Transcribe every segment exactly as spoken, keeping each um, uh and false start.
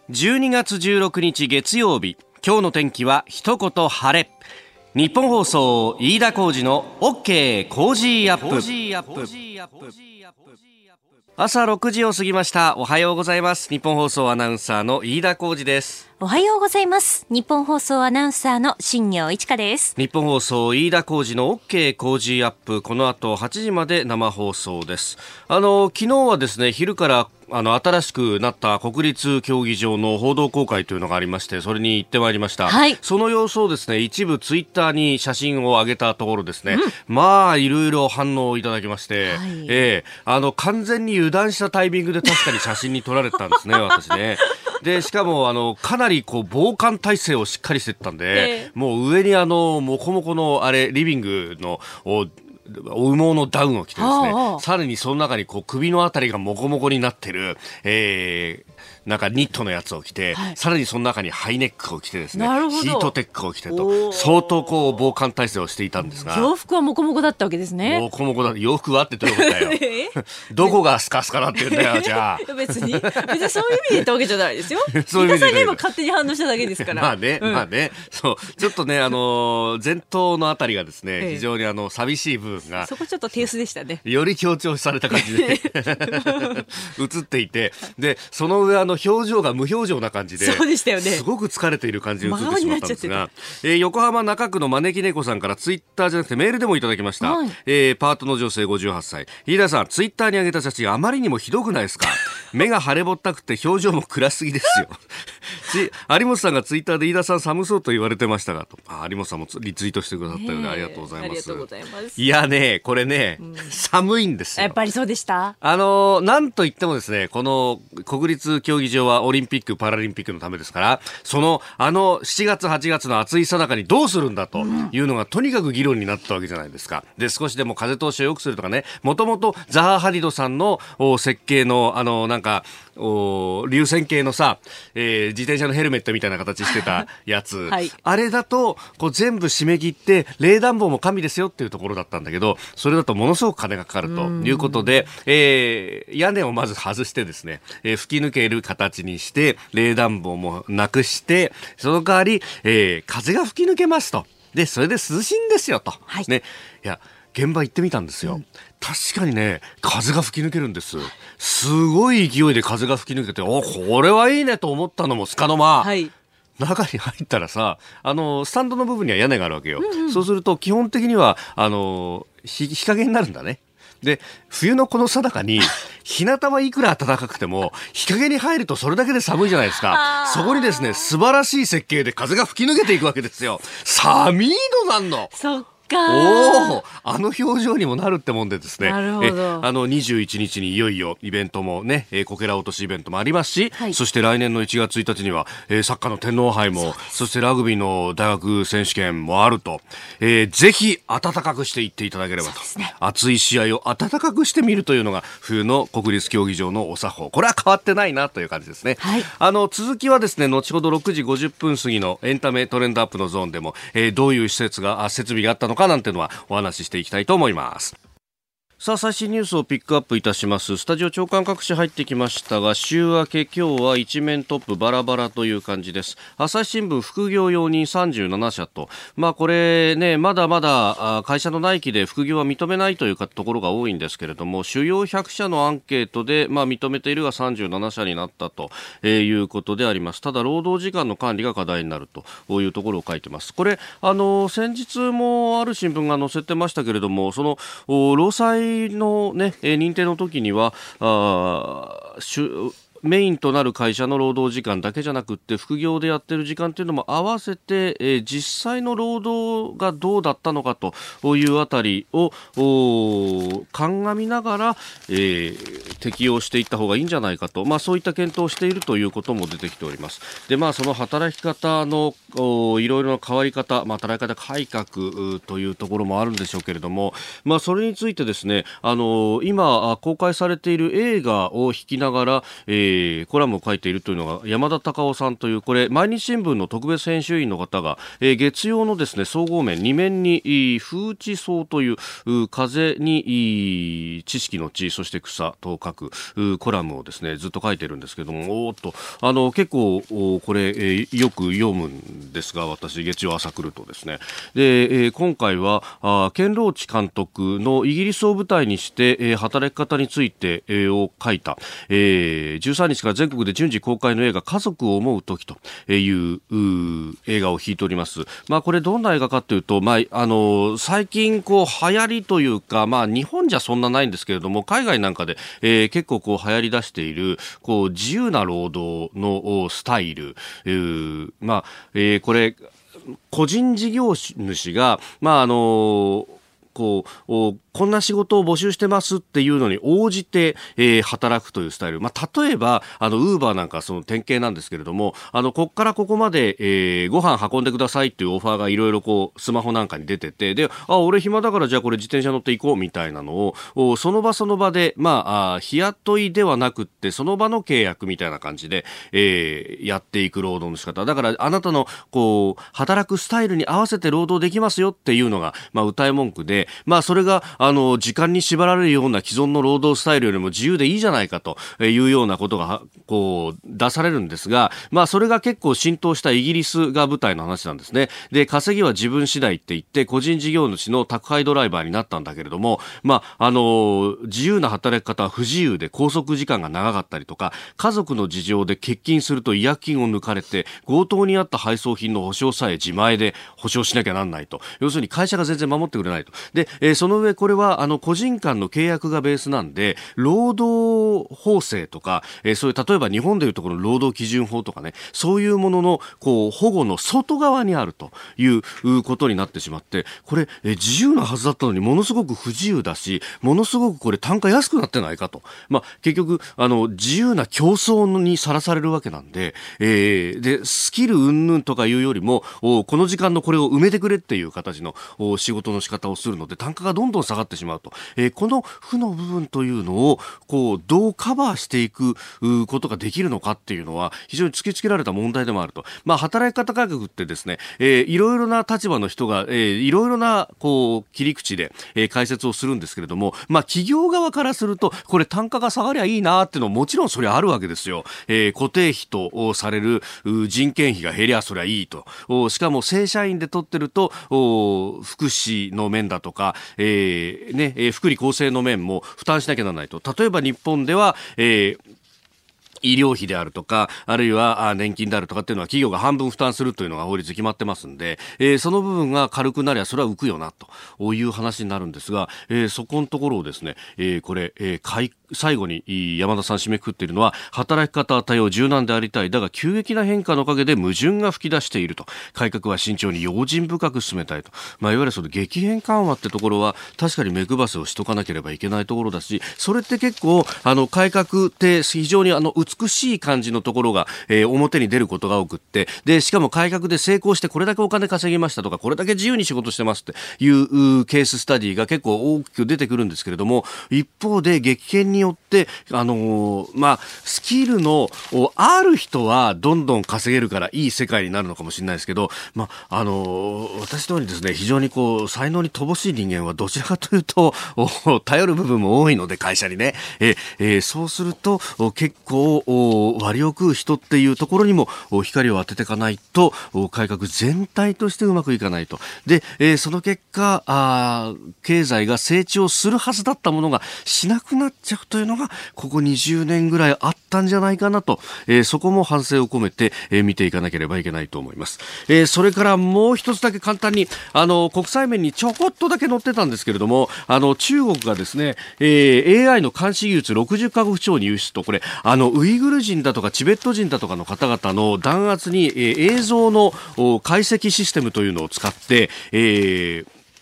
じゅうにがつじゅうろくにち月曜日、今日の天気は一言晴れ。日本放送飯田浩司の OK コージーアップ。朝ろくじを過ぎました。おはようございます。日本放送アナウンサーの飯田浩司です。 おはようございます。日本放送アナウンサーの新業一華です。 日本放送飯田浩司の OK コージーアップ、この後はちじまで生放送です。あの昨日はですね、昼からあの新しくなった国立競技場の報道公開というのがありまして、それに行ってまいりました、 はい、 その様子をですね、一部ツイッターに写真を上げたところですね、うん、まあいろいろ反応をいただきまして、はい、えー、あの完全に油断したタイミングで確かに写真に撮られてたんですね私ね。でしかもあのかなりこう防寒体制をしっかりしてったんで、えー、もう上にあのモコモコのあれリビングのお羽毛のダウンを着てですね、ああ、さらにその中にこう首のあたりがモコモコになってる、えーなんかニットのやつを着て、はい、さらにその中にハイネックを着てですね、ヒートテックを着てと相当こう防寒体制をしていたんですが、 洋服はモコモコだったわけですね。 モコモコだ。洋服はってどういうことだよどこがスカスカなって言うんだよじゃあ別に別にそういう意味で言ったわけじゃないですよそういう意味で言今勝手に反応しただけですからまあね、うん、まあね、そうちょっとね、あのー、前頭のあたりがですね、ええ、非常にあの寂しい部分がそこちょっと手薄でしたね。 より強調された感じで映っていて、でその上あの表情が無表情な感じで、 そうでしたよね、 すごく疲れている感じで映ってしまったんですが、えー、横浜中区の招き猫さんからツイッターじゃなくてメールでもいただきました、はい、えー、パートの女性ごじゅうはっさい、飯田さん、ツイッターに上げた写真あまりにもひどくないですか目が腫れぼったくて表情も暗すぎですよ有本さんがツイッターで飯田さん寒そうと言われてましたがと、あ有本さんもリツイートしてくださったようでありがとうございます。ありがとうございます。いやね、これね、うん、寒いんですよ。 やっぱりそうでした。 あのなんといってもですね、この国立競技場はオリンピックパラリンピックのためですから、そのあのしちがつはちがつの暑いさなかにどうするんだというのがとにかく議論になったわけじゃないですか。で少しでも風通しを良くするとかね、もともとザハ・ハディドさんの設計のあのなんか流線形のさ、えー、自転車のヘルメットみたいな形してたやつ、はい、あれだとこう全部締め切って冷暖房も完備ですよっていうところだったんだけど、それだとものすごく金がかかるということで、えー、屋根をまず外してですね、えー、吹き抜ける形にして冷暖房もなくして、その代わり、えー、風が吹き抜けますと、でそれで涼しいんですよと、はい、ね、いや現場行ってみたんですよ、うん、確かにね風が吹き抜けるんです。すごい勢いで風が吹き抜けて、おこれはいいねと思ったのもつかの間、はい、中に入ったらさ、あのスタンドの部分には屋根があるわけよ、うんうん、そうすると基本的にはあの日、日陰になるんだね。で冬のこのさなかに日向はいくら暖かくても日陰に入るとそれだけで寒いじゃないですか。そこにですね素晴らしい設計で風が吹き抜けていくわけですよ。寒いのなんの。 そっおー、あの表情にもなるってもんでですね、 なるほど。 えあのにじゅういちにちにいよいよイベントもね、えー、こけら落としイベントもありますし、はい、そして来年のいちがつついたちには、えー、サッカーの天皇杯も そ, そしてラグビーの大学選手権もあると、えー、ぜひ暖かくしていっていただければと、ね、熱い試合を暖かくしてみるというのが冬の国立競技場のお作法、これは変わってないなという感じですね、はい、あの続きはですね後ほどろくじごじゅっぷん過ぎのエンタメトレンドアップのゾーンでも、えー、どういう施設が設備があったのかなんていうのはお話ししていきたいと思います。さあ最新ニュースをピックアップいたします。スタジオ長官各紙入ってきましたが、週明け今日は一面トップバラバラという感じです。朝日新聞副業容認さんじゅうななしゃと、まあこれねまだまだ会社の内規で副業は認めないというところが多いんですけれども、主要ひゃくしゃのアンケートでまあ認めているがさんじゅうななしゃになったということであります。ただ労働時間の管理が課題になるというところを書いてます。これあの先日もある新聞が載せてましたけれども、その労災の、ね、認定の時にはあメインとなる会社の労働時間だけじゃなくって副業でやってる時間というのも合わせて、えー、実際の労働がどうだったのかというあたりを鑑みながら、えー、適用していった方がいいんじゃないかと、まあ、そういった検討をしているということも出てきております。で、まあ、その働き方のいろいろな変わり方、まあ、働き方改革というところもあるんでしょうけれども、まあ、それについてですね、あの今公開されている映画を引きながら、えーえー、コラムを書いているというのが山田隆夫さんという、これ毎日新聞の特別編集員の方が、えー、月曜のですね総合面に面に風知草という風に知識の知、そして草と書くコラムをですねずっと書いてるんですけども、おーっとあの結構これ、えー、よく読むんですが、私月曜朝来るとですね、で、えー、今回はあケン・ローチ監督のイギリスを舞台にして、えー、働き方について、えー、を書いた、えー、じゅうさんにちから全国で順次公開の映画家族を思う時という映画を引いております。まあこれどんな映画かというと、まああの最近こう流行りというか、まあ日本じゃそんなないんですけれども、海外なんかで、えー、結構こう流行り出しているこう自由な労働のスタイル、えー、まあ、えー、これ個人事業主がまああのこうこんな仕事を募集してますっていうのに応じて、えー、働くというスタイル。まあ、例えば、あの、ウーバーなんかその典型なんですけれども、あの、こっからここまで、えー、ご飯運んでくださいっていうオファーがいろいろこう、スマホなんかに出てて、で、あ、俺暇だからじゃあこれ自転車乗っていこうみたいなのを、その場その場で、まあ、あ日雇いではなくって、その場の契約みたいな感じで、えー、やっていく労働の仕方。だから、あなたの、こう、働くスタイルに合わせて労働できますよっていうのが、まあ、歌い文句で、まあ、それが、あの、時間に縛られるような既存の労働スタイルよりも自由でいいじゃないかというようなことが、こう、出されるんですが、まあ、それが結構浸透したイギリスが舞台の話なんですね。で、稼ぎは自分次第って言って、個人事業主の宅配ドライバーになったんだけれども、まあ、あの、自由な働き方は不自由で拘束時間が長かったりとか、家族の事情で欠勤すると違約金を抜かれて、強盗にあった配送品の保証さえ自前で保証しなきゃなんないと。要するに会社が全然守ってくれないと。で、えー、その上これはあの個人間の契約がベースなんで、労働法制とか、えー、そういう例えば日本でいうところの労働基準法とかね、そういうもののこう保護の外側にあるということになってしまって、これ、えー、自由なはずだったのにものすごく不自由だし、ものすごくこれ単価安くなってないかと。まあ、結局あの自由な競争にさらされるわけなんで、えー、でスキル云々とかいうよりもこの時間のこれを埋めてくれっていう形の仕事の仕方をするので、単価がどんどん下がってしまうと、えー、この負の部分というのをこうどうカバーしていくことができるのかっていうのは非常に突きつけられた問題でもあると。まあ、働き方改革ってですね、えー、いろいろな立場の人が、えー、いろいろなこう切り口で、えー、解説をするんですけれども、まあ、企業側からするとこれ単価が下がりゃいいなっていうのはもちろんそれあるわけですよ。えー、固定費とされる人件費が減りゃそりゃいいと。しかも正社員で取ってると福祉の面だとか、えーねえー、福利厚生の面も負担しなきゃならないと。例えば日本では、えー医療費であるとか、あるいは年金であるとかっていうのは企業が半分負担するというのが法律決まってますんで、えー、その部分が軽くなりゃそれは浮くよなという話になるんですが、えー、そこのところをですね、えー、これ、えー、最後に山田さん締めくくっているのは、働き方は多様柔軟でありたい、だが急激な変化のおかげで矛盾が吹き出していると。改革は慎重に用心深く進めたいと。まあ、いわゆるその激変緩和ってところは確かに目配せをしとかなければいけないところだし、それって結構あの改革って非常にあの美しい感じのところが、えー、表に出ることが多くって、でしかも改革で成功してこれだけお金稼ぎましたとか、これだけ自由に仕事してますっていうケーススタディが結構大きく出てくるんですけれども、一方で激変によってあのー、まあスキルのある人はどんどん稼げるからいい世界になるのかもしれないですけど、まああのー、私のようにですね、非常にこう才能に乏しい人間はどちらかというと頼る部分も多いので、会社にね、ええー、そうすると結構割を食う人っていうところにも光を当てていかないと改革全体としてうまくいかないと。で、えー、その結果あ経済が成長するはずだったものがしなくなっちゃうというのがここにじゅうねんぐらいあったんじゃないかなと、えー、そこも反省を込めて、えー、見ていかなければいけないと思います。えー、それからもう一つだけ簡単にあの国際面にちょこっとだけ載ってたんですけれども、あの中国がですね、えー、エーアイ の監視技術ろくじゅっかこく超に輸出と、これあのウイグル人だとかチベット人だとかの方々の弾圧に、えー、映像の解析システムというのを使って、えー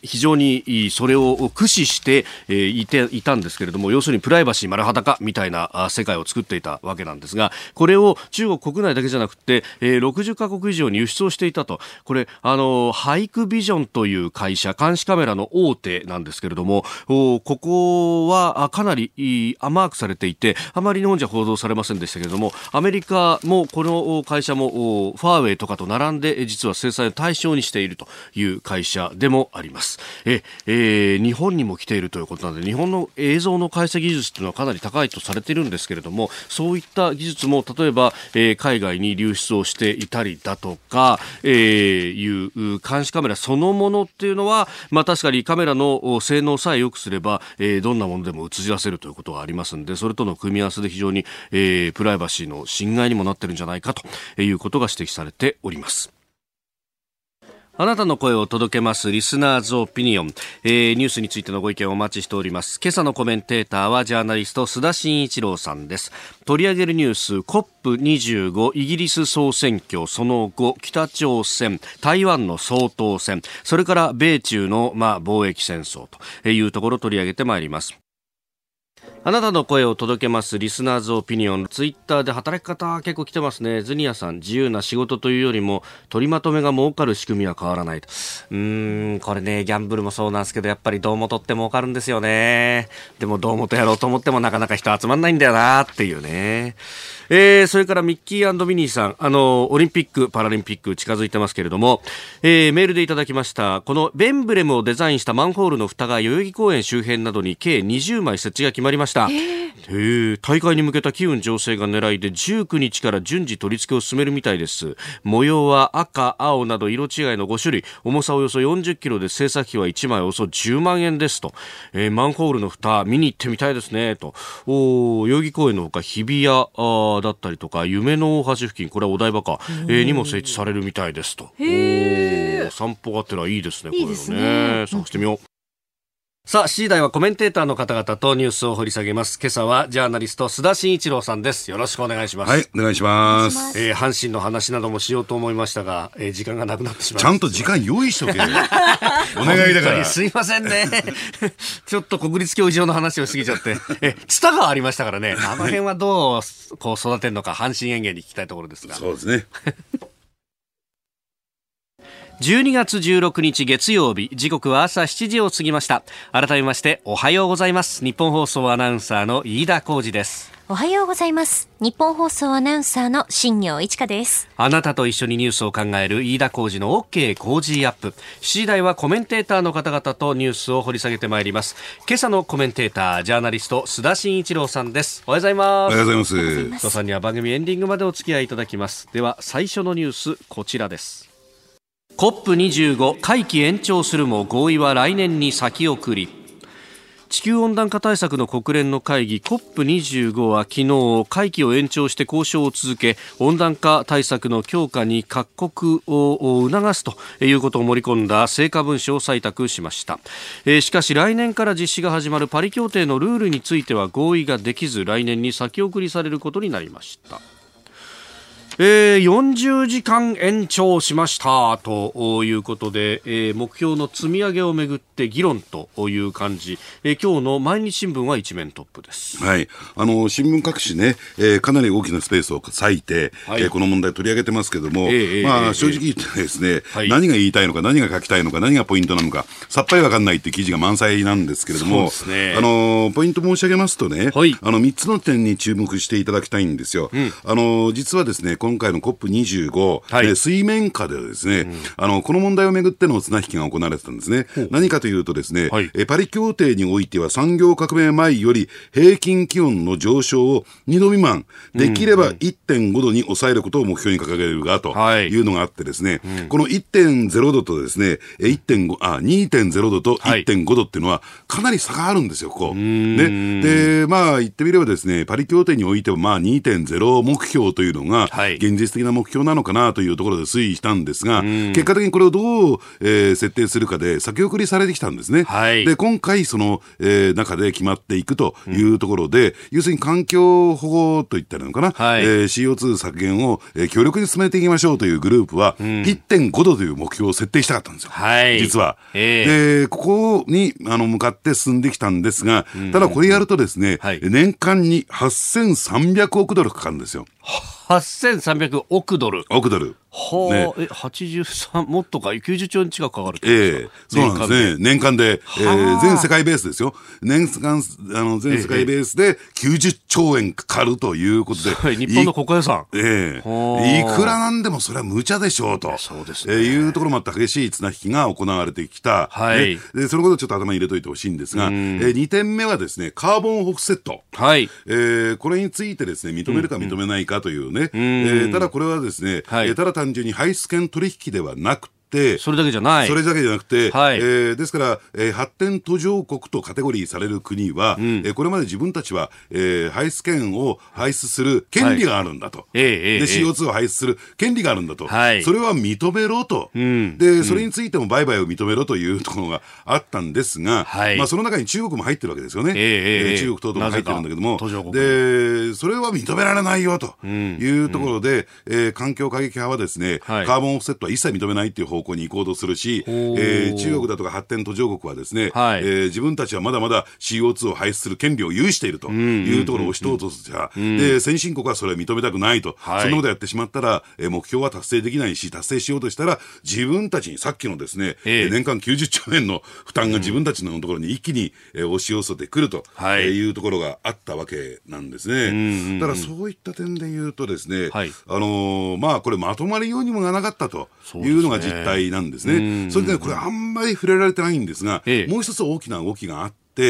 非常にそれを駆使して、えー、いていたんですけれども、要するにプライバシー丸裸みたいな世界を作っていたわけなんですが、これを中国国内だけじゃなくて、えー、ろくじゅっカ国以上に輸出をしていたと。これあのハイクビジョンという会社、監視カメラの大手なんですけれども、ここはかなりマークされていて、あまり日本じゃ報道されませんでしたけれども、アメリカもこの会社もファーウェイとかと並んで実は制裁の対象にしているという会社でもあります。え、えー、日本にも来ているということなので、日本の映像の解析技術というのはかなり高いとされているんですけれども、そういった技術も例えば、えー、海外に流出をしていたりだとか、えー、いう監視カメラそのものっていうのは、まあ、確かにカメラの性能さえ良くすれば、えー、どんなものでも映し出せるということがありますので、それとの組み合わせで非常に、えー、プライバシーの侵害にもなっているんじゃないかということが指摘されております。あなたの声を届けますリスナーズオピニオン、えー、ニュースについてのご意見をお待ちしております。今朝のコメンテーターはジャーナリスト須田慎一郎さんです。取り上げるニュース コップにじゅうご イギリス総選挙、その後北朝鮮、台湾の総統選、それから米中の、まあ、貿易戦争というところを取り上げてまいります。あなたの声を届けますリスナーズオピニオン、ツイッターで働き方結構来てますね。ズニアさん、自由な仕事というよりも取りまとめが儲かる仕組みは変わらないと。うーんこれね、ギャンブルもそうなんですけど、やっぱりどうもとって儲かるんですよね。でもどうもとやろうと思ってもなかなか人集まんないんだよなっていうね。えー、それからミッキー&ミニーさん、あのオリンピックパラリンピック近づいてますけれども、えー、メールでいただきました。このベンブレムをデザインしたマンホールの蓋が代々木公園周辺などに計にじゅうまい設置が決まりました。へー、大会に向けた機運醸成が狙いでじゅうくにちから順次取り付けを進めるみたいです。模様は赤、青など色違いのごしゅるい、重さおよそよんじゅっキロで制作費はいちまいおよそじゅうまんえんですと。えー、マンホールの蓋見に行ってみたいですねと。お代々木公園のほか日比谷あだったりとか夢の大橋付近、これはお台場か、えー、にも設置されるみたいですと。 へー、 散歩がってのはいいですね。これいいですね。 探してみよう。さあ、しちじ台はコメンテーターの方々とニュースを掘り下げます。今朝はジャーナリスト須田慎一郎さんです。よろしくお願いします。 はい、お願いします。 えー、阪神の話などもしようと思いましたが、えー、時間がなくなってしまいました。ちゃんと時間用意しとけよ。お願いだから。 すいませんね。ちょっと国立競技場の話をしすぎちゃって、え、ツタがありましたからね。あの辺はどうこう育てるのか、阪神園芸に聞きたいところですが。 そうですね。 じゅうにがつじゅうろくにち月曜日、時刻は朝しちじを過ぎました。改めましておはようございます。日本放送アナウンサーの飯田浩司です。 おはようございます。日本放送アナウンサーの新業一華です。 あなたと一緒にニュースを考える飯田浩司の OK 工事アップ。しちじ台はコメンテーターの方々とニュースを掘り下げてまいります。今朝のコメンテーター、ジャーナリスト須田慎一郎さんです。おはようございます。 おはようございます。 須田さんには番組エンディングまでお付き合いいただきます。では最初のニュース、こちらです。コップにじゅうご 会期延長するも合意は来年に先送り。地球温暖化対策の国連の会議 コップにじゅうご は昨日会期を延長して交渉を続け、温暖化対策の強化に各国を促すということを盛り込んだ成果文書を採択しました。えー、しかし来年から実施が始まるパリ協定のルールについては合意ができず、来年に先送りされることになりました。えー、よんじゅうじかん延長しましたということで、えー、目標の積み上げをめぐって議論という感じ、えー、今日の毎日新聞は一面トップです。 はい、あの新聞各紙ね、えー、かなり大きなスペースを割いて、はい、えー、この問題を取り上げてますけども、えーまあえー、正直言ってですね、はい、何が言いたいのか何が書きたいのか何がポイントなのかさっぱり分かんないって記事が満載なんですけれども、そうですね、あのポイント申し上げますとね、はい、あのみっつの点に注目していただきたいんですよ。うん、あの実はですね、今回の コップにじゅうご、はい、えー、水面下ではですね、うん、あのこの問題をめぐっての綱引きが行われてたんですね。何かというとですね、はい、えー、パリ協定においては産業革命前より平均気温の上昇をにど未満、できれば いってんご 度に抑えることを目標に掲げるがというのがあってですね、はい、この いってんゼロ 度とですね、いってんご あ にてんゼロ 度と いってんご 度っていうのはかなり差があるんですよ、ここ。ね、で、まあ言ってみればですね、パリ協定においてはまあ にてんゼロ 目標というのが、はい、 現実的な目標なのかなというところで推移したんですが、結果的にこれをどう、えー、設定するかで先送りされてきたんですね。はい、で今回その、えー、中で決まっていくというところで、うん、要するに環境保護といったらのかな、はい、えー、シーオーツー 削減を、えー、強力に進めていきましょうというグループは、うん、いってんごどという目標を設定したかったんですよ、はい、実は、えー、でここにあの向かって進んできたんですが、うん、ただこれやるとですね、はい、年間にはっせんさんびゃくおくドルかかるんですよ。 はっせんさんびゃくおくドル。 億ドル。 はあ、ね、え、はちじゅうさん、もっとか、きゅうじゅっちょうえん近くかかるってことですか。ええー、そうなんですね。年間で、えー、全世界ベースですよ。年間、あの、全世界ベースできゅうじゅっちょうえんかかるということで。 はい、日本の国家予算。 ええー、いくらなんでもそれは無茶でしょうと。 そうですね。 えー、いうところもあって激しい綱引きが行われてきた。はい。ね、で、そのことをちょっと頭に入れといてほしいんですが、えー、にてんめはですね、カーボンオフセット。はい。えー、これについてですね、認めるか認めないかというね、うんうん、えー、ただこれはですね、はい、えー、ただ単純にハイスケン取引ではなくて、 それだけじゃない。 それだけじゃなくて、はい、えー、ですから、えー、発展途上国とカテゴリーされる国は、うん、えー、これまで自分たちは、えー、排出権を排出する権利があるんだと。はい、で、シーオーツー を排出する権利があるんだと。はい、それは認めろと、うん。で、それについても売買を認めろというところがあったんですが、はい、まあ、その中に中国も入ってるわけですよね。えーえー、中国等々も入ってるんだけども、で、それは認められないよというところで、うん、えー、環境過激派はですね、はい、カーボンオフセットは一切認めないっていう方向に行こうとするし、えー、中国だとか発展途上国はですね、はい、えー、自分たちはまだまだ シーオーツー を排出する権利を有しているというところを押し通すと、うん、で先進国はそれは認めたくないと、はい、そんなことやってしまったら、えー、目標は達成できないし、達成しようとしたら自分たちにさっきのですね、えー、年間きゅうじゅっちょうえんの負担が自分たちのところに一気に、えー、押し寄せてくると、はい、えー、いうところがあったわけなんですね。うんうんうん、ただそういった点で言うとですね、はい、あのー、まあこれまとまりようにもがなかったというのが実態なんですね。それで、ね、これあんまり触れられてないんですが、ええ、もう一つ大きな動きがあって、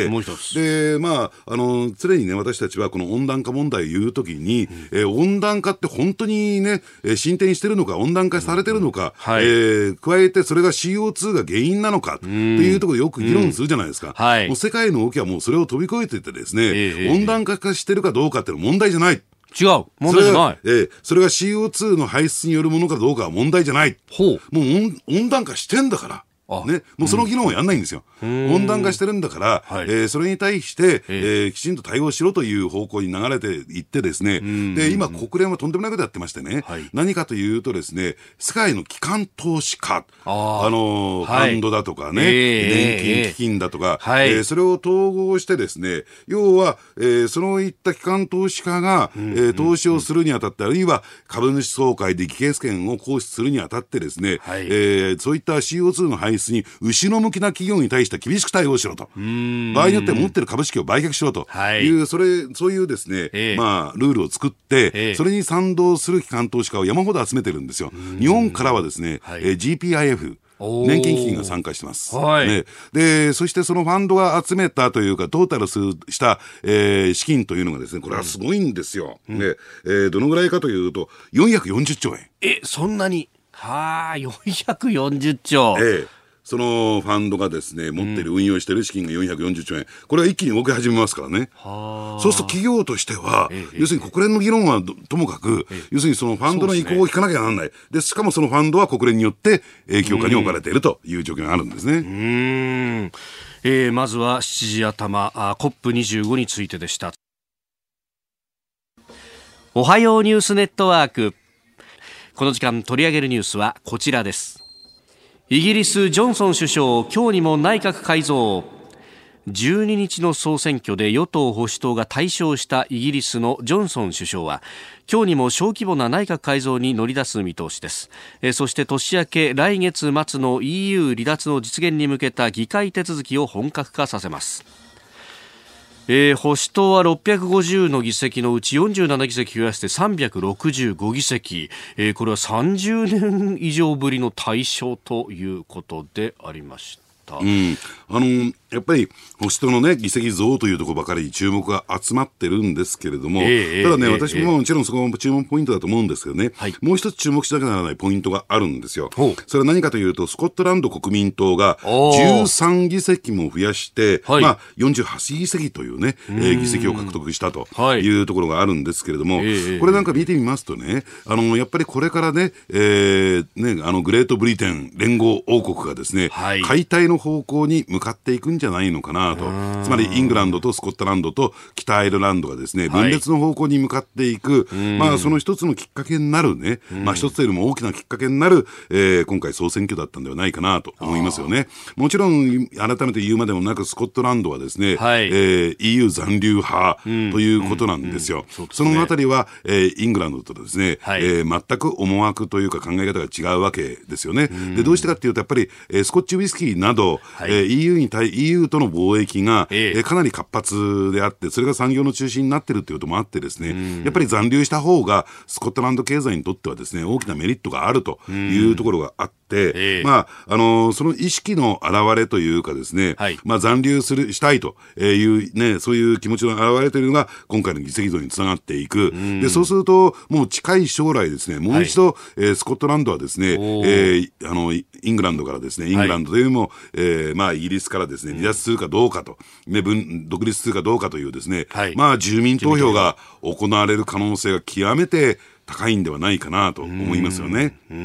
もう一つで、まあ、あの常にね私たちはこの温暖化問題を言うときに、うん、えー、温暖化って本当にね、えー、進展してるのか温暖化されてるのか、うん、はい、えー、加えてそれが シーオーツー が原因なのかというところでよく議論するじゃないですか、うん、はい、もう世界の動きはもうそれを飛び越えててですね、ええ、温暖化化してるかどうかっていうのは問題じゃない、 違う問題じゃない、 それが、ええ、それが シーオーツー の排出によるものかどうかは問題じゃない。ほう、もう 温, 温暖化してんだからね、もうその議論はやんないんですよ、うん、温暖化してるんだから、はい、えー、それに対して、えー、きちんと対応しろという方向に流れていってですね、で今国連はとんでもないことやってましてね、はい、何かというとですね、世界の機関投資家、あ、あのーはい、ファンドだとかね、えー、年金基金だとか、えーえー、それを統合してですね、要は、えー、そのいった機関投資家が、うん、えー、投資をするにあたって、あるいは株主総会で議決権を行使するにあたってですね、はい、えー、そういった シーオーツー の排出に後ろ向きな企業に対して厳しく対応しろと、場合によっては持ってる株式を売却しろという、はい、それそういうですね、えー、まあルールを作って、えー、それに賛同する機関投資家を山ほど集めてるんですよ。日本からはですね、はい、えー、ジーピーアイエフ年金基金が参加してます、はい、ね、でそしてそのファンドが集めたというかトータルした、えー、資金というのがですね、これはすごいんですよ、うん、ね、えー、どのぐらいかというとよんひゃくよんじゅっちょうえん。 え、そんなに、はあ、よんひゃくよんじゅっちょう、 えーそのファンドがですね持っている、運用している資金がよんひゃくよんじゅっちょうえん、これは一気に動き始めますからね。は、そうすると企業としては、ええ、要するに国連の議論はともかく、ええ、要するにそのファンドの意向を聞かなきゃならない。で、しかもそのファンドは国連によって影響下に置かれているという状況があるんですね。うーん、えー、まずはしちじ頭、あ コップにじゅうご についてでした。おはようニュースネットワーク、この時間取り上げるニュースはこちらです。イギリスジョンソン首相、今日にも内閣改造。じゅうににちの総選挙で与党保守党が大勝したイギリスのジョンソン首相は今日にも小規模な内閣改造に乗り出す見通しです。えそして年明け来月末の イーユー 離脱の実現に向けた議会手続きを本格化させます。えー、保守党はろっぴゃくごじゅうの議席のうちよんじゅうななぎせき増やしてさんびゃくろくじゅうごぎせき、えー、これはさんじゅうねん以上ぶりの大勝ということでありました。 。 うん、あのやっぱり保守党の、ね、議席増というところばかりに注目が集まってるんですけれども、えー、ただね、えー、私ももちろんそこも注目ポイントだと思うんですけどね、はい、もう一つ注目しなきゃならないポイントがあるんですよ。それは何かというと、スコットランド国民党がじゅうさんぎせきも増やして、まあ、よんじゅうはちぎせきというね、えー、議席を獲得したというところがあるんですけれども、はい、これなんか見てみますとね、あのやっぱりこれからね、えー、ね、あのグレートブリテン連合王国がですね、はい、解体の方向に向かっていくんじゃないのかなと。つまりイングランドとスコットランドと北アイルランドがですね、分裂の方向に向かっていく、はい、まあその一つのきっかけになるね、まあ一つよりも大きなきっかけになる、えー、今回総選挙だったんではないかなと思いますよね。もちろん改めて言うまでもなく、スコットランドはですね、はい、えー、イーユー 残留派ということなんですよ。うんうんうん、 そ, そのあたりは、えー、イングランドとですね、はい、えー、全く思惑というか考え方が違うわけですよね。で、どうしてかっていうと、やっぱり、えー、スコッチウイスキーなど、はい、えー、イーユー に対 イーユー との貿易が、えー、かなり活発であって、それが産業の中心になっているということもあってですね、やっぱり残留した方がスコットランド経済にとってはですね、大きなメリットがあるというところがあって、えー、まああのー、その意識の表れというかですね、はい、まあ、残留するしたいという、ね、そういう気持ちの表れというのが今回の議席増につながっていく。で、そうするともう近い将来ですね、もう一度、はい、えー、スコットランドはですね、えー、あのイングランドからですね、イングランドというよりも、はい、えー、まあ、イギリスからですね、離脱するかどうかと、ね、分独立するかどうかというですね、はい、まあ、住民投票が行われる可能性が極めて高いんではないかなと思いますよね。うん、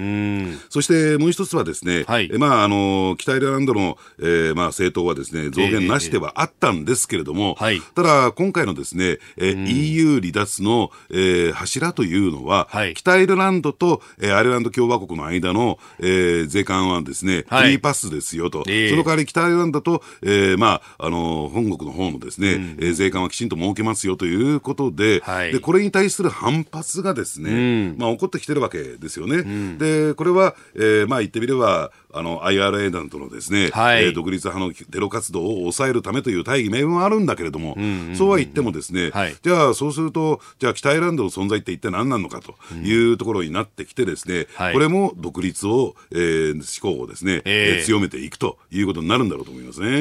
そしてもう一つはですね、はい、えまあ、あの北アイルランドの、えーまあ、政党はですね、増減なしではあったんですけれども、えーえー、ただ今回のですね、えー、イーユー 離脱の、えー、柱というのは、はい、北アイルランドと、えー、アイルランド共和国の間の、えー、税関はですね、はい、フリーパスですよと、えー、その代わり北アイルランドと、えーまあ、あの本国の方のですね、うん、えー、税関はきちんと設けますよということで、はい、でこれに対する反発がですね、うん、まあ、起こってきてるわけですよね。うん、でこれは、えーまあ、言ってみればあの アイアールエー などのですね、はい、えー、独立派のテロ活動を抑えるためという大義名分はあるんだけれども、うんうんうん、そうは言ってもですね、はい、じゃあそうするとじゃあ北アイルランドの存在って一体何なのかというところになってきてですね、うん、これも独立を、えー、志向をですね、えー、強めていくということになるんだろうと思いますね。うん、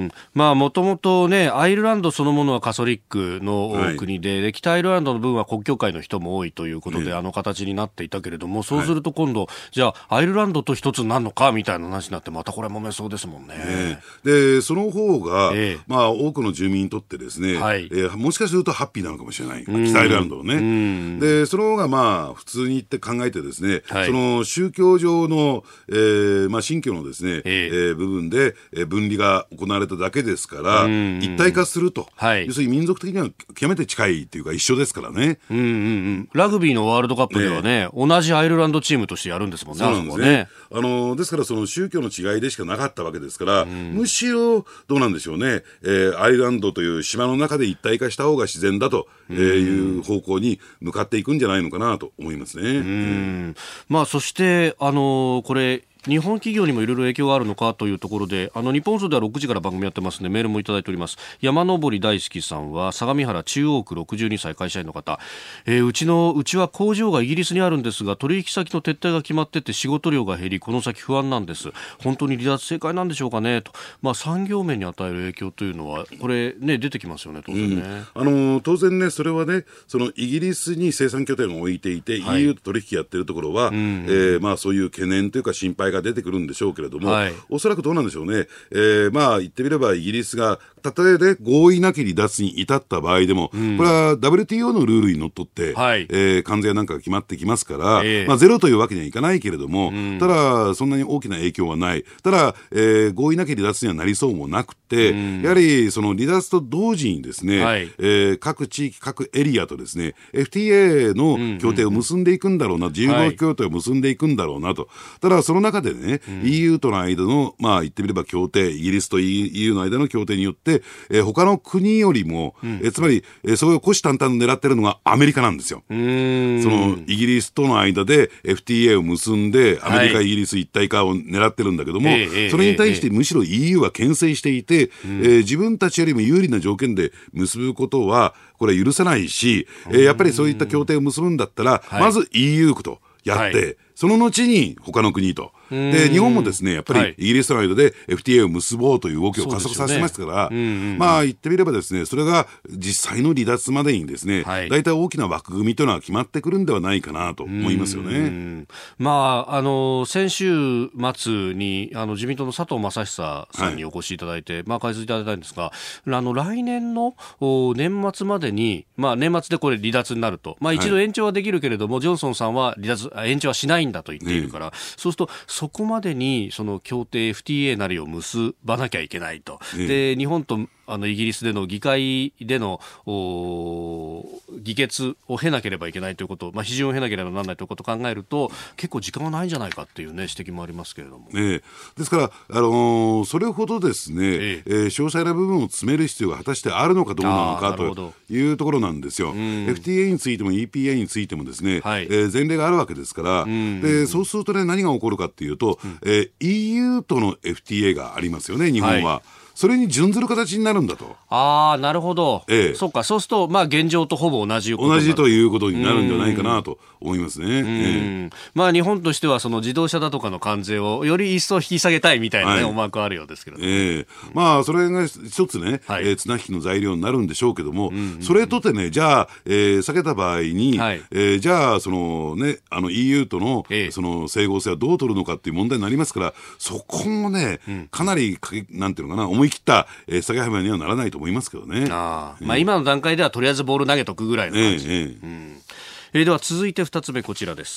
ね、まあもともとね、アイルランドそのものはカソリックの国で、はい、で北アイルランドの分は国教会の人も多いということで、ね、あの形になっていたけれども、そうすると今度、はい、じゃあアイルランドと一つになるのかみたいな話になって、またこれ揉めそうですもんね。 ね、でその方が、えーまあ、多くの住民にとってですね、はい、えー、もしかするとハッピーなのかもしれない、北アイルランドのね。でその方がまあ普通に言って考えてですね、はい、その宗教上の、えーまあ、信教のですね、えーえー、部分で、えー、分離が行われただけですから一体化すると、はい、要するに民族的には極めて近いというか一緒ですからね。うんうんうん、 ラグビーのワールドカップではね、同じアイルランドチームとしてやるんですもんね。 そうなんですね。あのですからその宗教の違いでしかなかったわけですから、うん、むしろどうなんでしょうね、えー、アイルランドという島の中で一体化した方が自然だという方向に向かっていくんじゃないのかなと思いますね。うん、うん、 まあ、そしてあのこれ日本企業にもいろいろ影響があるのかというところで、あの日本放送ではろくじから番組やってますのでメールもいただいております。山登大好きさんは相模原中央区ろくじゅうにさい会社員の方、えー、うちのうちは工場がイギリスにあるんですが取引先の撤退が決まってて仕事量が減りこの先不安なんです。本当に離脱正解なんでしょうかねと、まあ、産業面に与える影響というのはこれ、ね、出てきますよね当然ね。 うん、あの当然ねそれはねそのイギリスに生産拠点を置いていて、はい、イーユー と取引やってるところは、うん、えーまあ、そういう懸念というか心配が出てくるんでしょうけれども、はい、おそらくどうなんでしょうね、えー、まあ言ってみればイギリスがたとえで合意なき離脱に至った場合でも、うん、これは ダブリューティーオー のルールにのっとって、はい、えー、関税なんかが決まってきますから、えーまあ、ゼロというわけにはいかないけれども、うん、ただそんなに大きな影響はない。ただ、えー、合意なき離脱にはなりそうもなくて、うん、やはりその離脱と同時にですね、はい、えー、各地域各エリアとですね エフティーエー の協定を結んでいくんだろうな、うんうんうん、自由貿易協定を結んでいくんだろうなと、はい、ただその中でね、うん、イーユー との間のまあ言ってみれば協定、イギリスと イーユー の間の協定によって、えー、他の国よりも、うん、えー、つまり、えー、それを虎視眈々狙ってるのがアメリカなんですよ。うーん、そのイギリスとの間で エフティーエー を結んでアメリカ、はい、イギリス一体化を狙ってるんだけども、えー、それに対してむしろ イーユー は牽制していて、えーえー、自分たちよりも有利な条件で結ぶことはこれは許せないし、えー、やっぱりそういった協定を結ぶんだったら、はい、まず イーユー とやって、はい、その後に他の国とで日本もですねやっぱりイギリスの間で エフティーエー を結ぼうという動きを加速させましたから、ねうんうんうん、まあ言ってみればですねそれが実際の離脱までにですね、はい、大体大きな枠組みというのは決まってくるんではないかなと思いますよね。 うんまああの先週末にあの自民党の佐藤正久さんにお越しいただいて、はいまあ、解説いただいたんですがあの来年の年末までに、まあ、年末でこれ離脱になると、まあ、一度延長はできるけれども、はい、ジョンソンさんは離脱延長はしないんだと言っているから、ね、そうするとそこまでにその協定 エフティーエー なりを結ばなきゃいけないと、ね、で日本とあのイギリスでの議会での議決を経なければいけないということ、まあ、批准を経なければならないということを考えると結構時間がないんじゃないかっていう、ね、指摘もありますけれども、 ね、ですから、あのー、それほどですね、えええー、詳細な部分を詰める必要が果たしてあるのかどうなのかというところなんですよ。 エフティーエー についても イーピーエー についてもですね、はいえー、前例があるわけですから、でそうすると、ね、何が起こるかっていうと、うんえー、イーユー との エフティーエー がありますよね日本は、はいそれに準ずる形になるんだと。 ああ、なるほど。ええ、そうか、そうすると、まあ、現状とほぼ同じこと同じということになるんじゃないかなと思いますね。うんええ、まあ、日本としては、その自動車だとかの関税をより一層引き下げたいみたいな、ねはい、思惑あるようですけど、ねええまあ、それが一つね、はいえー、綱引きの材料になるんでしょうけども、うんうんうん、それとてね、じゃあ、えー、下げた場合に、はいえー、じゃあ、そのね、あの イーユー との、ええ、その整合性はどう取るのかっていう問題になりますから、そこもね、うん、かなり、なんていうのかな、思い切った、えー下げ幅にはならないと思いますけどね。 あ、まあ、今の段階ではとりあえずボール投げとくぐらいの感じ、えーえーうんえー、では続いてふたつめこちらです。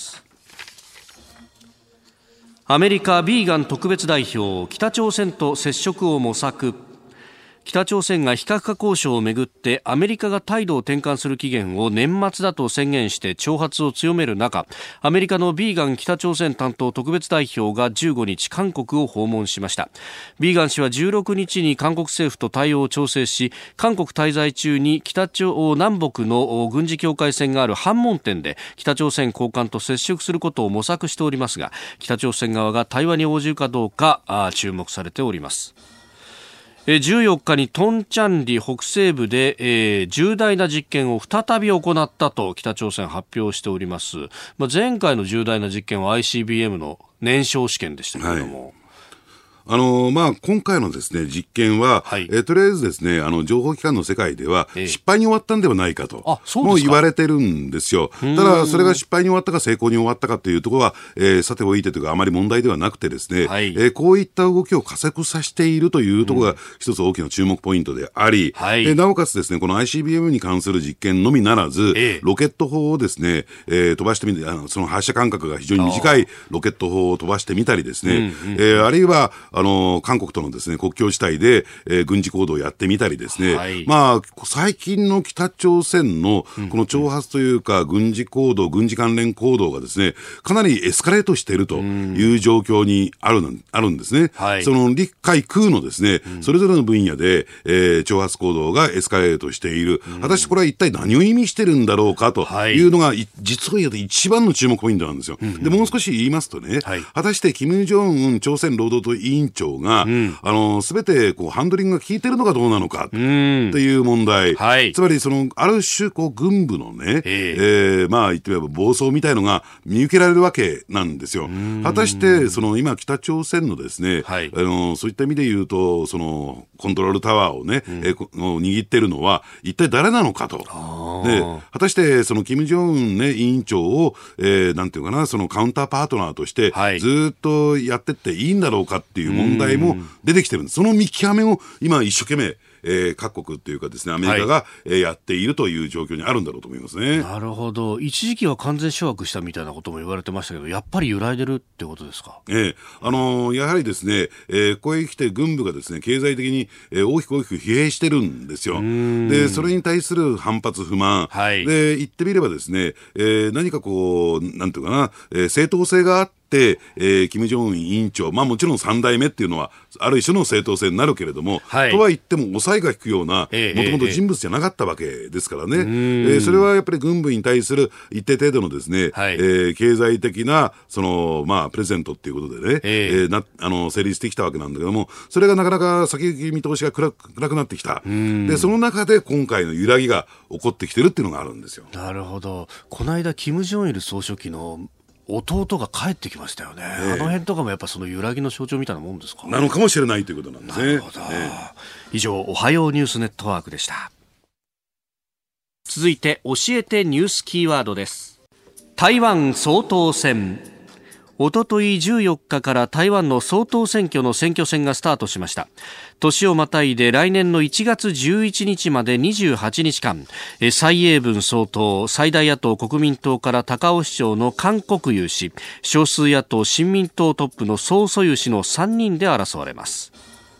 アメリカビーガン特別代表北朝鮮と接触を模索。北朝鮮が非核化交渉をめぐってアメリカが態度を転換する期限を年末だと宣言して挑発を強める中、アメリカのビーガン北朝鮮担当特別代表がじゅうごにち韓国を訪問しました。ビーガン氏はじゅうろくにちに韓国政府と対応を調整し、韓国滞在中に北朝南北の軍事境界線がある板門店で北朝鮮高官と接触することを模索しておりますが、北朝鮮側が対話に応じるかどうか注目されております。じゅうよっかにトンチャンリ北西部で、えー、重大な実験を再び行ったと北朝鮮発表しております。まあ、前回の重大な実験は アイシービーエム の燃焼試験でしたけれども、はいあのーまあ、今回のですね実験は、はいえー、とりあえずですねあの情報機関の世界では失敗に終わったんではないかと、えー、もう言われてるんですよ。ただそれが失敗に終わったか成功に終わったかというところは、えー、さておいてというかあまり問題ではなくてですね、はいえー、こういった動きを加速させているというところが一つ大きな注目ポイントであり、はいえー、なおかつですねこの アイシービーエム に関する実験のみならず、えー、ロケット砲をですね、えー、飛ばしてみてあのその発射間隔が非常に短いロケット砲を飛ばしてみたりですね、うんうんえー、あるいはあの韓国とのですね国境地帯で、えー、軍事行動をやってみたりですね、はいまあ、最近の北朝鮮のこの挑発というか、うん、軍事行動軍事関連行動がですねかなりエスカレートしているという状況にある、うん、あるんですね、はい、その陸海空のですね、うん、それぞれの分野で、えー、挑発行動がエスカレートしている、うん、果たしてこれは一体何を意味してるんだろうかというのが、はい、実は一番の注目ポイントなんですよ、うん、でもう少し言いますとね、はい、果たして金正恩朝鮮労働党委員長が、うんあの全てこうハンドリングが効いてるのかどうなのかっていう問題、はい、つまりそのある種こう軍部のね、えー、まあ言ってみれば暴走みたいのが見受けられるわけなんですよ。果たしてその今北朝鮮のですね、はい、あのそういった意味で言うとそのコントロールタワーをね、うん、えー、握ってるのは一体誰なのかと。で果たしてその金正恩、ね、委員長を、えー、なんていうかなそのカウンターパートナーとしてずっとやってっていいんだろうかっていう問題も出てきてるんです。その見極めを今一生懸命えー、各国というかですねアメリカが、はいえー、やっているという状況にあるんだろうと思いますね。 なるほど。一時期は完全掌握したみたいなことも言われてましたけどやっぱり揺らいでるってことですか。 えーあのー、やはりですね、えー、ここへ来て軍部がですね経済的に、えー、大きく大きく疲弊してるんですよ。でそれに対する反発不満、はい、で言ってみればですね、えー、何かこうなんていうかな、えー、正当性があってで、えー、金正恩委員長、まあもちろんさん代目っていうのはある種の正当性になるけれども、はい、とは言っても抑えが効くようなもともと人物じゃなかったわけですからね、えーえー、それはやっぱり軍部に対する一定程度のですね、はいえー、経済的なその、まあ、プレゼントっていうことでね、えーえー、なあの成立してきたわけなんだけどもそれがなかなか先行き見通しが暗く、暗くなってきた。でその中で今回の揺らぎが起こってきてるっていうのがあるんですよ。 なるほど。この間金正日総書記の弟が帰ってきましたよね、えー、あの辺とかもやっぱその揺らぎの象徴みたいなもんですか。 なのかもしれないということなんですね。 なるほど、えー、以上おはようニュースネットワークでした。続いて教えてニュースキーワードです。台湾総統選。おとといじゅうよっかから台湾の総統選挙の選挙戦がスタートしました。年をまたいで来年のいちがつじゅういちにちまでにじゅうはちにちかん、蔡英文総統、最大野党国民党から高雄市長の韓国瑜氏、少数野党新民党トップのソソユ氏のさんにんで争われます。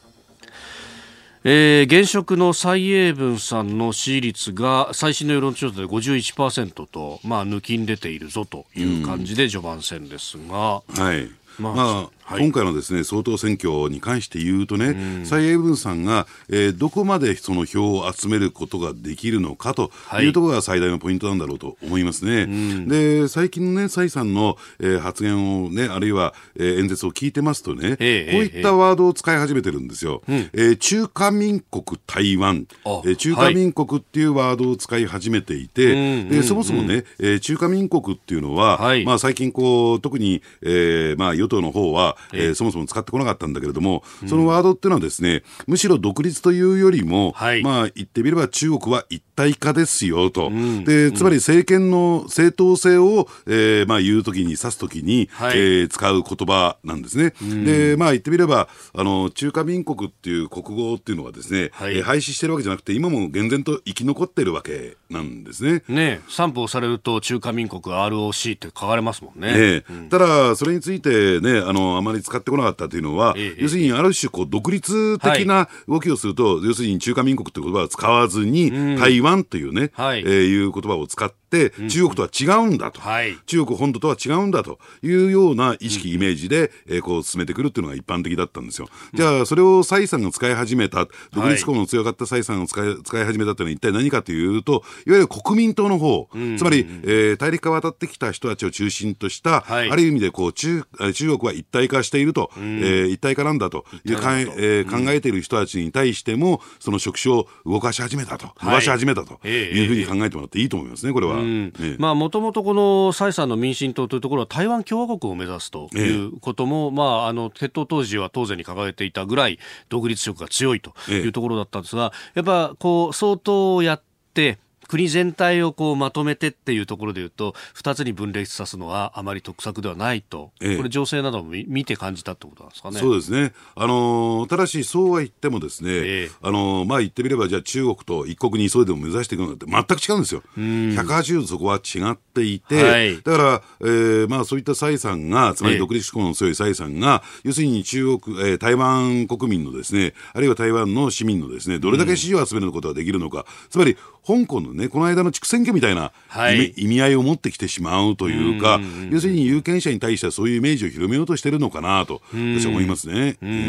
えー、現職の蔡英文さんの支持率が最新の世論調査で ごじゅういちパーセント と、まあ、抜きん出ているぞという感じで序盤戦ですが、 うん、はいまあまあはい、今回のですね総統選挙に関して言うとね、うん、蔡英文さんが、えー、どこまでその票を集めることができるのかというところが最大のポイントなんだろうと思いますね、うん、で最近のね蔡さんの、えー、発言をねあるいは、えー、演説を聞いてますとね、えー、こういったワードを使い始めてるんですよ、ええー、中華民国台湾、えー、中華民国っていうワードを使い始めていて、はい、でそもそもね、えー、中華民国っていうのは、はい、まあ、最近こう特に、えーまあ、与党の方はえー、そもそも使ってこなかったんだけれども、うん、そのワードっていうのはですねむしろ独立というよりも、はい、まあ言ってみれば中国は一体化ですよと、うん、でつまり政権の正当性を、えーまあ、言うときに指すときに、はいえー、使う言葉なんですね、うん、でまあ言ってみればあの中華民国っていう国語っていうのはですね、はいえー、廃止してるわけじゃなくて今も厳然と生き残ってるわけなんですね。 ね散布をされると中華民国 アールオーシー って書かれますもんね。 ねうん、 ただそれについてねあのあまり使ってこなかったというのは、ええ、要するにある種こう独立的な動きをすると、はい、要するに中華民国という言葉を使わずに、うん、台湾というね、はいえー、いう言葉を使って、うん、中国とは違うんだと、はい、中国本土とは違うんだというような意識、うん、イメージで、えー、こう進めてくるっていうのが一般的だったんですよ。じゃあそれを蔡さんが使い始めた独立校の強かった蔡さんが使い、使い始めたというのは一体何かというといわゆる国民党の方、うん、つまり、えー、大陸から渡ってきた人たちを中心とした、はい、ある意味でこう 中, 中国は一体化していると、うんえー、一体化なんだというか、えー、考えている人たちに対してもその触手を動かし始めたと、伸ばし始めたというふうに考えてもらっていいと思いますね、これは。うんええ、まあもともとこの蔡さんの民進党というところは台湾共和国を目指すということも、ええまあ、あの決闘当時は当然に掲げていたぐらい独立色が強いというところだったんですが、やっぱこう総統をやって国全体をこうまとめてっていうところでいうとふたつに分裂さすのはあまり得策ではないと、ええ、これ情勢なども見て感じたってことなんですかね。 そうですね、あのー、ただしそうは言ってもですね、ええあのーまあ、言ってみればじゃあ中国と一国二制度を目指していくのかって全く違うんですよ。ひゃくはちじゅうどそこは違っていて、はい、だから、えーまあ、そういった蔡さんがつまり独立志向の強い蔡さんが、ええ、要するに中国、えー、台湾国民のですねあるいは台湾の市民のですねどれだけ支持を集めることができるのか、うん、つまり香港のねこの間の地区選挙みたいな、はい、意味合いを持ってきてしまうというか、うんうんうん、要するに有権者に対してはそういうイメージを広めようとしているのかなと私は思いますね。うんうん、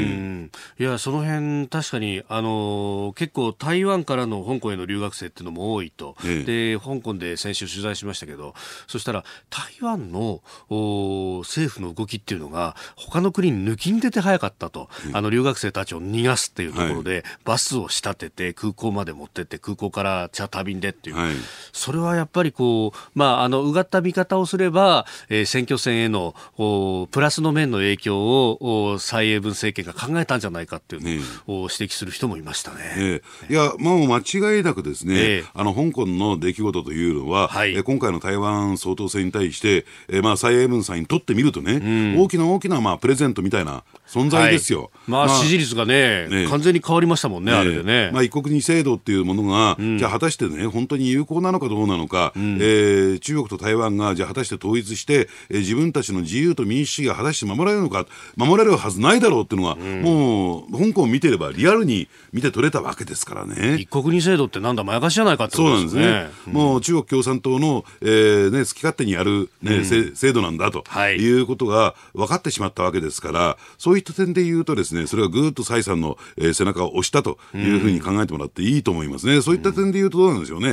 いやその辺確かに、あのー、結構台湾からの香港への留学生っていうのも多いと、ええ、で香港で先週取材しましたけどそしたら台湾の政府の動きっていうのが他の国に抜きん出て早かったと、うん、あの留学生たちを逃がすっていうところで、はい、バスを仕立てて空港まで持ってって空港からチャーター便でっていう、はい、それはやっぱりこう、まあ、あのうがった見方をすれば、えー、選挙戦へのプラスの面の影響を蔡英文政権が考えたんじゃないかっていうのを、ね、指摘する人もいましたね。 えー、いやもう間違いなくですね、えー、あの香港の出来事というのは、はい、えー、今回の台湾総統選に対して、えーまあ、蔡英文さんにとってみるとね、うん、大きな大きな、まあ、プレゼントみたいな存在ですよ。はい、 まあ、まあ、支持率が ね, ね完全に変わりましたもんね、ねあれでね、 まあ、一国二制度っていうものが、うん、じゃあ果たしてね本当に有効なのかどうなのか、うん、えー、中国と台湾がじゃあ果たして統一して、えー、自分たちの自由と民主主義が果たして守られるのか守られるはずないだろうっていうのが、うん、もう香港を見てればリアルに見て取れたわけですからね。 一国二制度ってなんだまやかしじゃないかってことですね。そうなんですね、うん、もう中国共産党の、えーね、好き勝手にやる、ねうん、制度なんだと、はい、いうことが分かってしまったわけですからそういった点で言うとですねそれはぐーっと蔡さんの、えー、背中を押したというふうに考えてもらっていいと思いますね。そういった点で言うとどうなんでしょうね。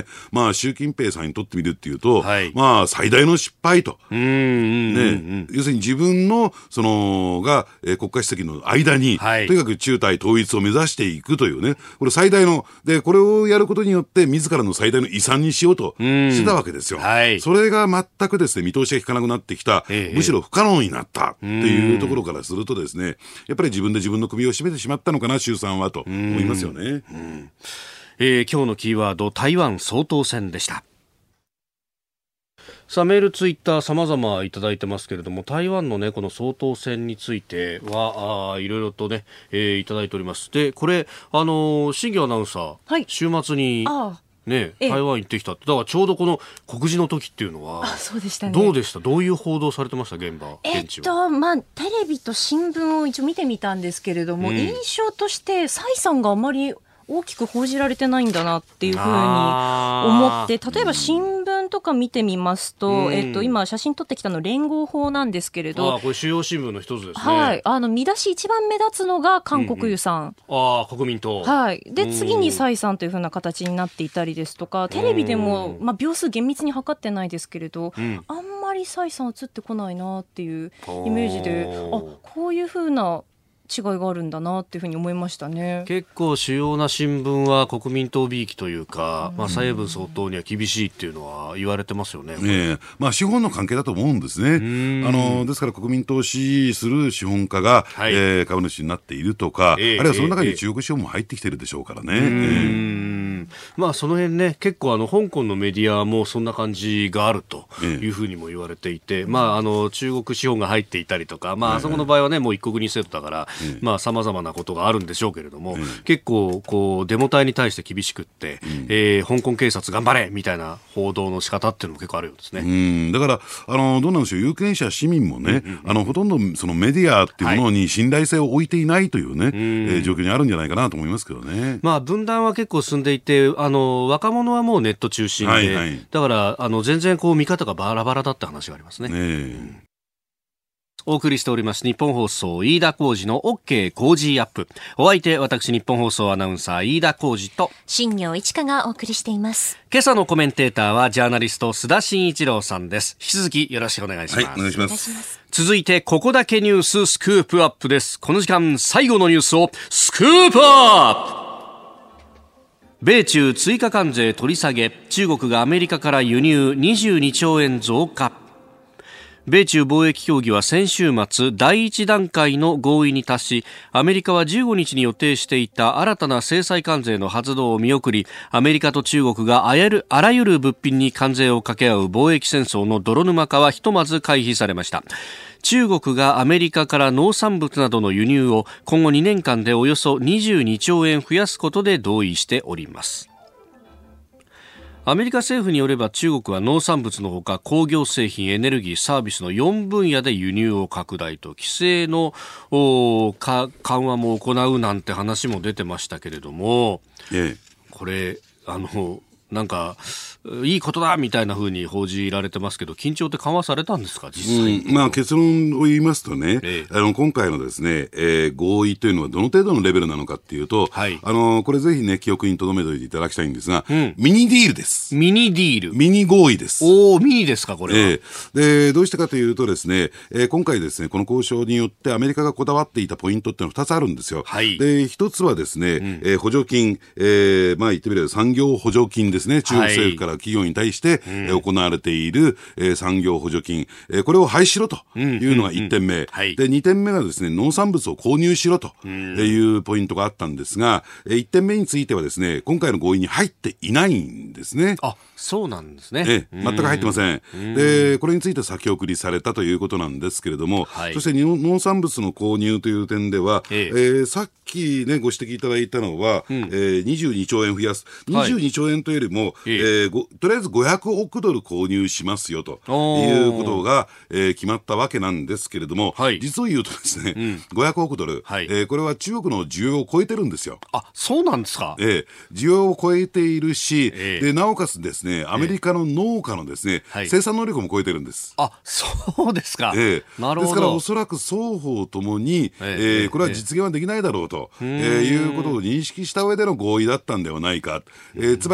まあ、習近平さんにとってみるっていうと、はい、まあ、最大の失敗と。 うんうんうんうんね、要するに自分の、その、が、えー、国家主席の間に、はい、とにかく中台統一を目指していくというね、これ最大の、で、これをやることによって、自らの最大の遺産にしようとしてたわけですよ。はい、それが全くですね、見通しが効かなくなってきた、えー、むしろ不可能になったっていうところからするとですね、やっぱり自分で自分の首を絞めてしまったのかな、習さんはと思いますよね。うん、 えー、今日のキーワード、台湾総統選でした。さあ、メール、ツイッター様々いただいてますけれども、台湾のね、この総統選については、あいろいろとね、えー、いただいております。で、これ、あのー、新業アナウンサー、はい、週末に、ね、台湾行ってきたって、だからちょうどこの告示の時っていうのは、 あ、そうでしたね。 どうでした？どういう報道されてました？現場、 えっと、まあ、テレビと新聞を一応見てみたんですけれども、うん、印象として、蔡さんがあまり大きく報じられてないんだなっていうふうに思って、例えば新聞とか見てみますと、うん、えっと、今写真撮ってきたの連合報なんですけれど、 あ、これ主要新聞の一つですね。 はい、あの見出し一番目立つのが韓国瑜さん、 うんうん、あ、国民党、 はい、で次に蔡さんというふうな形になっていたりですとか、テレビでも、まあ、秒数厳密に測ってないですけれど、うん、あんまり蔡さん映ってこないなっていうイメージで、あ、こういうふうな違いがあるんだなっていうふうに思いましたね。 結構主要な新聞は国民党びいきというか、うん、まあ、蔡英文総統には厳しいっていうのは言われてますよね。 ええ、まあ、資本の関係だと思うんですね。あのですから国民党を支持する資本家が、はい、えー、株主になっているとか、えー、あるいはその中に中国資本も入ってきてるでしょうからね。えーえー、まあ、その辺ね、結構あの香港のメディアもそんな感じがあるというふうにも言われていて、えー、まあ、あの中国資本が入っていたりとか、まあ、あそこの場合はね、もう一国二制度だから、えー、まあ、様々なことがあるんでしょうけれども、うん、結構こうデモ隊に対して厳しくって、うん、えー、香港警察頑張れみたいな報道の仕方っていうのも結構あるようですね。 うん、だからあのどうなんでしょう、有権者市民もね、うんうんうん、あのほとんどそのメディアっていうものに信頼性を置いていないというね、はい、えー、状況にあるんじゃないかなと思いますけどね。 まあ、分断は結構進んでいて、あの若者はもうネット中心で、はいはい、だからあの全然こう見方がバラバラだって話がありますね。ね、うん、お送りしております日本放送飯田浩司の OK 工事アップ。お相手、私日本放送アナウンサー飯田浩司と新業一華がお送りしています。 今朝のコメンテーターはジャーナリスト須田慎一郎さんです。引き続きよろしくお願いします。 はい、お願いします。 続いてここだけニューススクープアップです。この時間最後のニュースをスクープアップ。米中追加関税取り下げ、中国がアメリカから輸入にじゅうにちょうえん増加。米中貿易協議は先週末第一段階の合意に達し、アメリカはじゅうごにちに予定していた新たな制裁関税の発動を見送り、アメリカと中国があるあらゆる物品に関税を掛け合う貿易戦争の泥沼化はひとまず回避されました。中国がアメリカから農産物などの輸入を今後にねんかんでおよそにじゅうにちょうえん増やすことで同意しております。アメリカ政府によれば中国は農産物のほか工業製品、エネルギー、サービスのよんぶんやで輸入を拡大と、規制の緩和も行うなんて話も出てましたけれども、ええ、これあのなんかいいことだみたいな風に報じられてますけど、緊張って緩和されたんですか、実際に。 うん、まあ、結論を言いますとね、ええ、あの今回のですね、えー、合意というのはどの程度のレベルなのかっていうと、はい、あのこれぜひね記憶に留めておいていただきたいんですが、うん、ミニディールです。 ミニディール、 ミニ合意です。 おー、ミニですかこれは。 えー、でどうしてかというとですね、えー、今回ですねこの交渉によってアメリカがこだわっていたポイントっていうのはふたつあるんですよ。はい、でひとつはですね、うん、えー、補助金、えー、まあ言ってみれば産業補助金ですね。中国政府から企業に対して、はい、えー、行われている、えー、産業補助金、えー、これを廃止しろというのがいってんめ、うんうんうん、はい、でにてんめがですね農産物を購入しろというポイントがあったんですが、えー、いってんめについてはですね今回の合意に入っていないんですね。 あ、そうなんですね。 えー、全く入ってません。でこれについて先送りされたということなんですけれども、はい、そして農産物の購入という点では、えーえー、さっきねご指摘いただいたのは、うん、えー、にじゅうにちょうえん増やす、にじゅうにちょうえんというよりも、はい、えー、ごとりあえずごひゃくおくドル購入しますよということが、えー、決まったわけなんですけれども、はい、実を言うとですね、うん、ごひゃくおくドル、はい、えー、これは中国の需要を超えてるんですよ。 あ、そうなんですか。 えー、需要を超えているし、えー、でなおかつですねアメリカの農家のですね、えー、生産能力も超えてるんです。 あ、そうですか。 えー、なるほど。ですからおそらく双方ともに、えーえー、これは実現はできないだろうと、えー、いうことを認識した上での合意だったんではないか、えー、つまり実現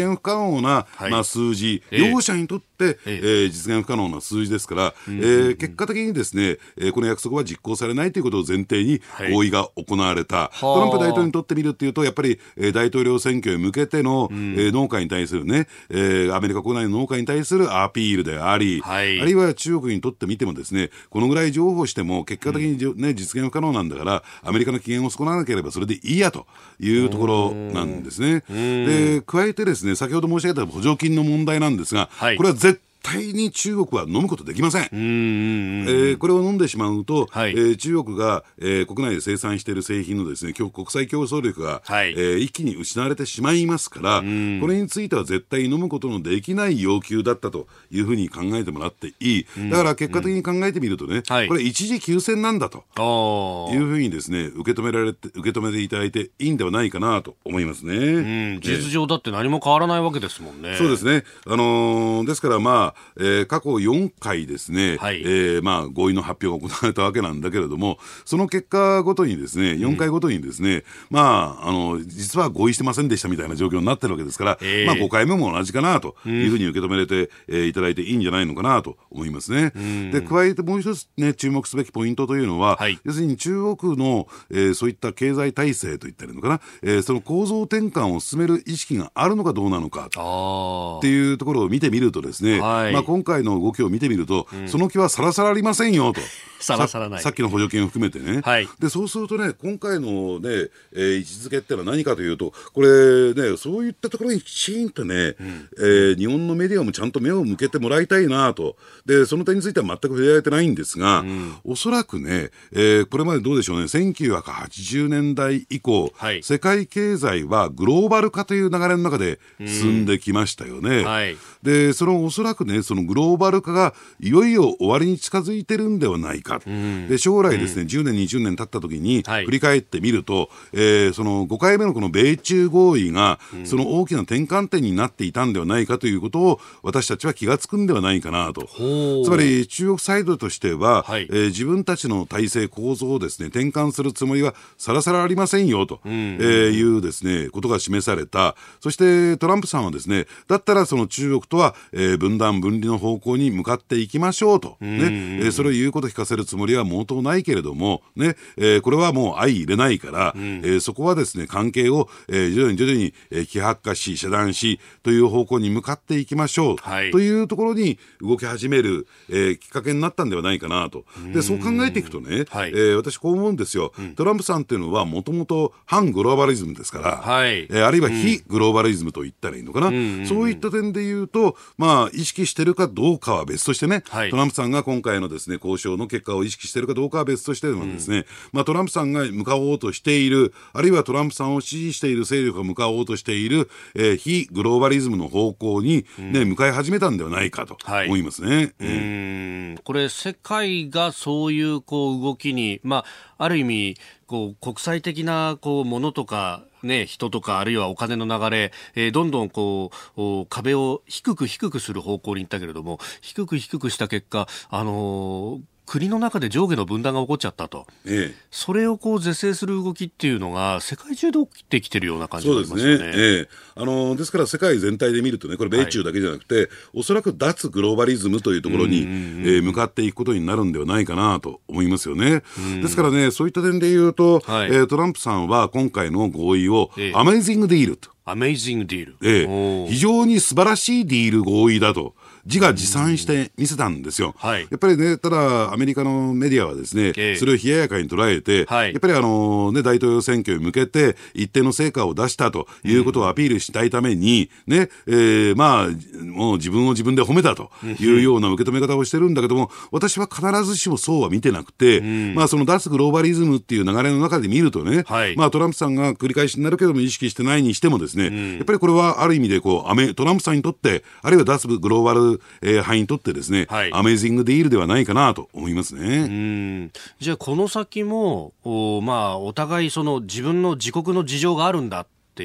現不可能な、はいまあ、数字、両者にとって、えー、実現不可能な数字ですから、うんうんうんえー、結果的にですね、えー、この約束は実行されないということを前提に合意が行われた、はい、トランプ大統領にとってみるというとやっぱり、えー、大統領選挙へ向けての、うんえー、農家に対するね、えー、アメリカ国内の農家に対するアピールであり、はい、あるいは中国にとってみてもですねこのぐらい譲歩しても結果的に、ね、実現不可能なんだからアメリカの機嫌を損なわなければそれでいいやというところなんですね。で加えてですね先ほど申し上げた補助金の問題なんですが、はい、これは絶対絶対に中国は飲むことできません。うんうんうんえー、これを飲んでしまうと、はいえー、中国が、えー、国内で生産している製品のですね、国際競争力が、はいえー、一気に失われてしまいますから、これについては絶対飲むことのできない要求だったというふうに考えてもらっていい。だから結果的に考えてみるとね、うんうん、これ一時休戦なんだというふうにですね、受け止められて、受け止めていただいていいんではないかなと思いますね。うん、事実上だって何も変わらないわけですもんね。 そうですね。あのー、ですからまあ、えー、過去よんかいですね、はいえーまあ、合意の発表が行われたわけなんだけれども、その結果ごとにですね、よんかいごとにですね、うんまあ、あの実は合意してませんでしたみたいな状況になってるわけですから、えーまあ、ごかいめも同じかなというふうに受け止められて、うんえー、いただいていいんじゃないのかなと思いますね。うん、で加えてもう一つ、ね、注目すべきポイントというのは、はい、要するに中国の、えー、そういった経済体制といったらいいのかな、えー、その構造転換を進める意識があるのかどうなのかっていうところを見てみるとですね、はいまあ、今回の動きを見てみると、うん、その気はさらさらありませんよとさらさらないさ, さっきの補助金を含めてね、はい、でそうするとね今回の、ねえー、位置づけってのは何かというとこれ、ね、そういったところにきちんとね、うんえー、日本のメディアもちゃんと目を向けてもらいたいなとでその点については全く触れられてないんですが、うん、おそらくね、えー、これまでどうでしょうねせんきゅうひゃくはちじゅうねんだい以降、はい、世界経済はグローバル化という流れの中で進んできましたよね、うんはい、でそのおそらくねそのグローバル化がいよいよ終わりに近づいてるんではないか、うん、で将来ですね、うん、じゅうねんにじゅうねん経った時に振り返ってみると、はいえー、そのごかいめのこの米中合意が、うん、その大きな転換点になっていたんではないかということを私たちは気がつくんではないかなと。つまり中国サイドとしては、はいえー、自分たちの体制構造をですね転換するつもりはさらさらありませんよと、うんえー、いうですねことが示された。そしてトランプさんはですねだったらその中国とは、えー、分断分離の方向に向かっていきましょうと、ねえー、それを言うこと聞かせるつもりは毛頭ないけれども、ねえー、これはもう相入れないから、うんえー、そこはですね関係を、えー、徐々に徐々に、えー、希薄化し遮断しという方向に向かっていきましょう、はい、というところに動き始める、えー、きっかけになったんではないかなと。でそう考えていくとね、はいえー、私こう思うんですよ、うん、トランプさんっていうのはもともと反グローバリズムですから、はいえー、あるいは非グローバリズムと言ったらいいのかな、うん、そういった点で言うと、まあ、意識してるかどうかは別としてね、はい、トランプさんが今回のですね交渉の結果を意識しているかどうかは別としてもですね、うんまあ、トランプさんが向かおうとしているあるいはトランプさんを支持している勢力が向かおうとしている、えー、非グローバリズムの方向に、ねうん、向かい始めたんではないかと思いますね、はいうんうん、これ世界がそういうこう動きに、まあ、ある意味こう国際的なこうものとかね、人とかあるいはお金の流れ、えー、どんどんこう壁を低く低くする方向に行ったけれども低く低くした結果、あのー国の中で上下の分断が起こっちゃったと、ええ、それをこう是正する動きっていうのが世界中で起きてきてるような感じがありますよね。そうですね、ええ、 あのですから世界全体で見るとねこれ米中だけじゃなくて、はい、おそらく脱グローバリズムというところに、うんうんうんえー、向かっていくことになるんではないかなと思いますよね、うん、ですからねそういった点で言うと、はいえー、トランプさんは今回の合意を、ええ、アメイジングディールとアメイジングディール、 ええ、非常に素晴らしいディール合意だと自画自賛して見せたんですよ、はい、やっぱりねただアメリカのメディアはですね、えー、それを冷ややかに捉えて、はい、やっぱりあの、ね、大統領選挙に向けて一定の成果を出したということをアピールしたいために、ねえー、まあもう自分を自分で褒めたというような受け止め方をしてるんだけども私は必ずしもそうは見てなくて、うんまあ、その脱グローバリズムっていう流れの中で見るとね、はいまあ、トランプさんが繰り返しになるけども意識してないにしてもですね、うん、やっぱりこれはある意味でこうアメトランプさんにとってあるいは脱グローバルえー、派にとってですね、はい、アメージングディールではないかなと思いますね。 うんじゃあこの先も お,、まあ、お互いその自分の自国の事情があるんだって言って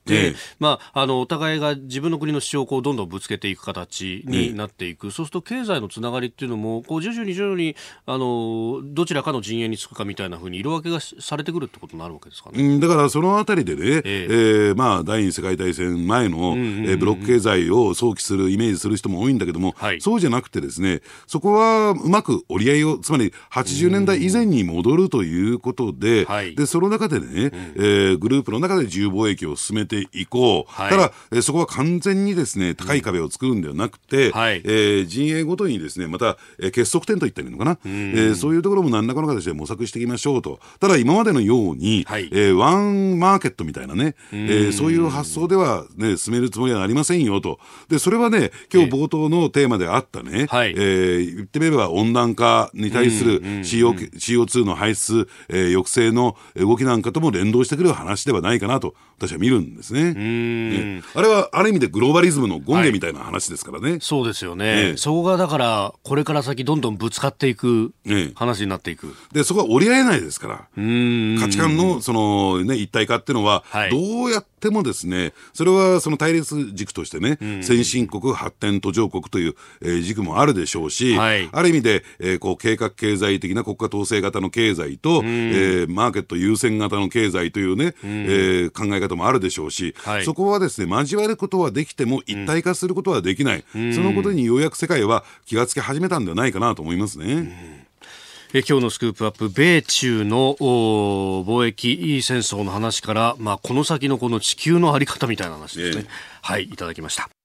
て、 ええまあ、あのお互いが自分の国の主張をこうどんどんぶつけていく形になっていく、ええ、そうすると経済のつながりっていうのもこう徐々に徐々にあのどちらかの陣営につくかみたいな風に色分けがされてくるってことになるわけですかね。 うん、だからそのあたりでね、えええーまあ、第二次世界大戦前の、 うんうんうんうん、 えーブロック経済を想起するイメージする人も多いんだけども、はい、そうじゃなくてですね、そこはうまく折り合いを、つまりはちじゅうねんだい以前に戻るということで、はい、でその中でね、うん、えー、グループの中で自由貿易を進めていこう、はい、ただ、えー、そこは完全にですね高い壁を作るんではなくて、うん、はい、えー、陣営ごとにですねまた、えー、結束点といったらいいのかな、うん、えー、そういうところも何らかの形で模索していきましょうと。ただ今までのように、はい、えー、ワンマーケットみたいなね、えー、そういう発想では、ね、進めるつもりはありませんよと。でそれはね今日冒頭のテーマであったね、はい、えー、言ってみれば温暖化に対する シーオー、シーオーツー の排出、えー、抑制の動きなんかとも連動してくる話ではないかなと私は見るんですね。うん、ね、あれはある意味でグローバリズムの権限みたいな話ですからね、はい、 そうですよね、ええ、そこがだからこれから先どんどんぶつかっていく話になっていく、 ええ、でそこは折り合えないですから、うん、価値観の、その、ね、一体化っていうのは、はい、どうやってもですねそれはその対立軸としてね、うん、先進国発展途上国という、えー、軸もあるでしょうし、はい、ある意味で、えー、こう計画経済的な国家統制型の経済と、うん、えー、マーケット優先型の経済というね、うん、えー、考え方もあるでしょうし、はい、そこはですね交わることはできても一体化することはできない、うん、そのことにようやく世界は気がつき始めたんではないかなと思いますね。うん、 え今日のスクープアップ、米中の貿易戦争の話から、まあ、この先のこの地球のあり方みたいな話ですね、えー、はい、いただきました。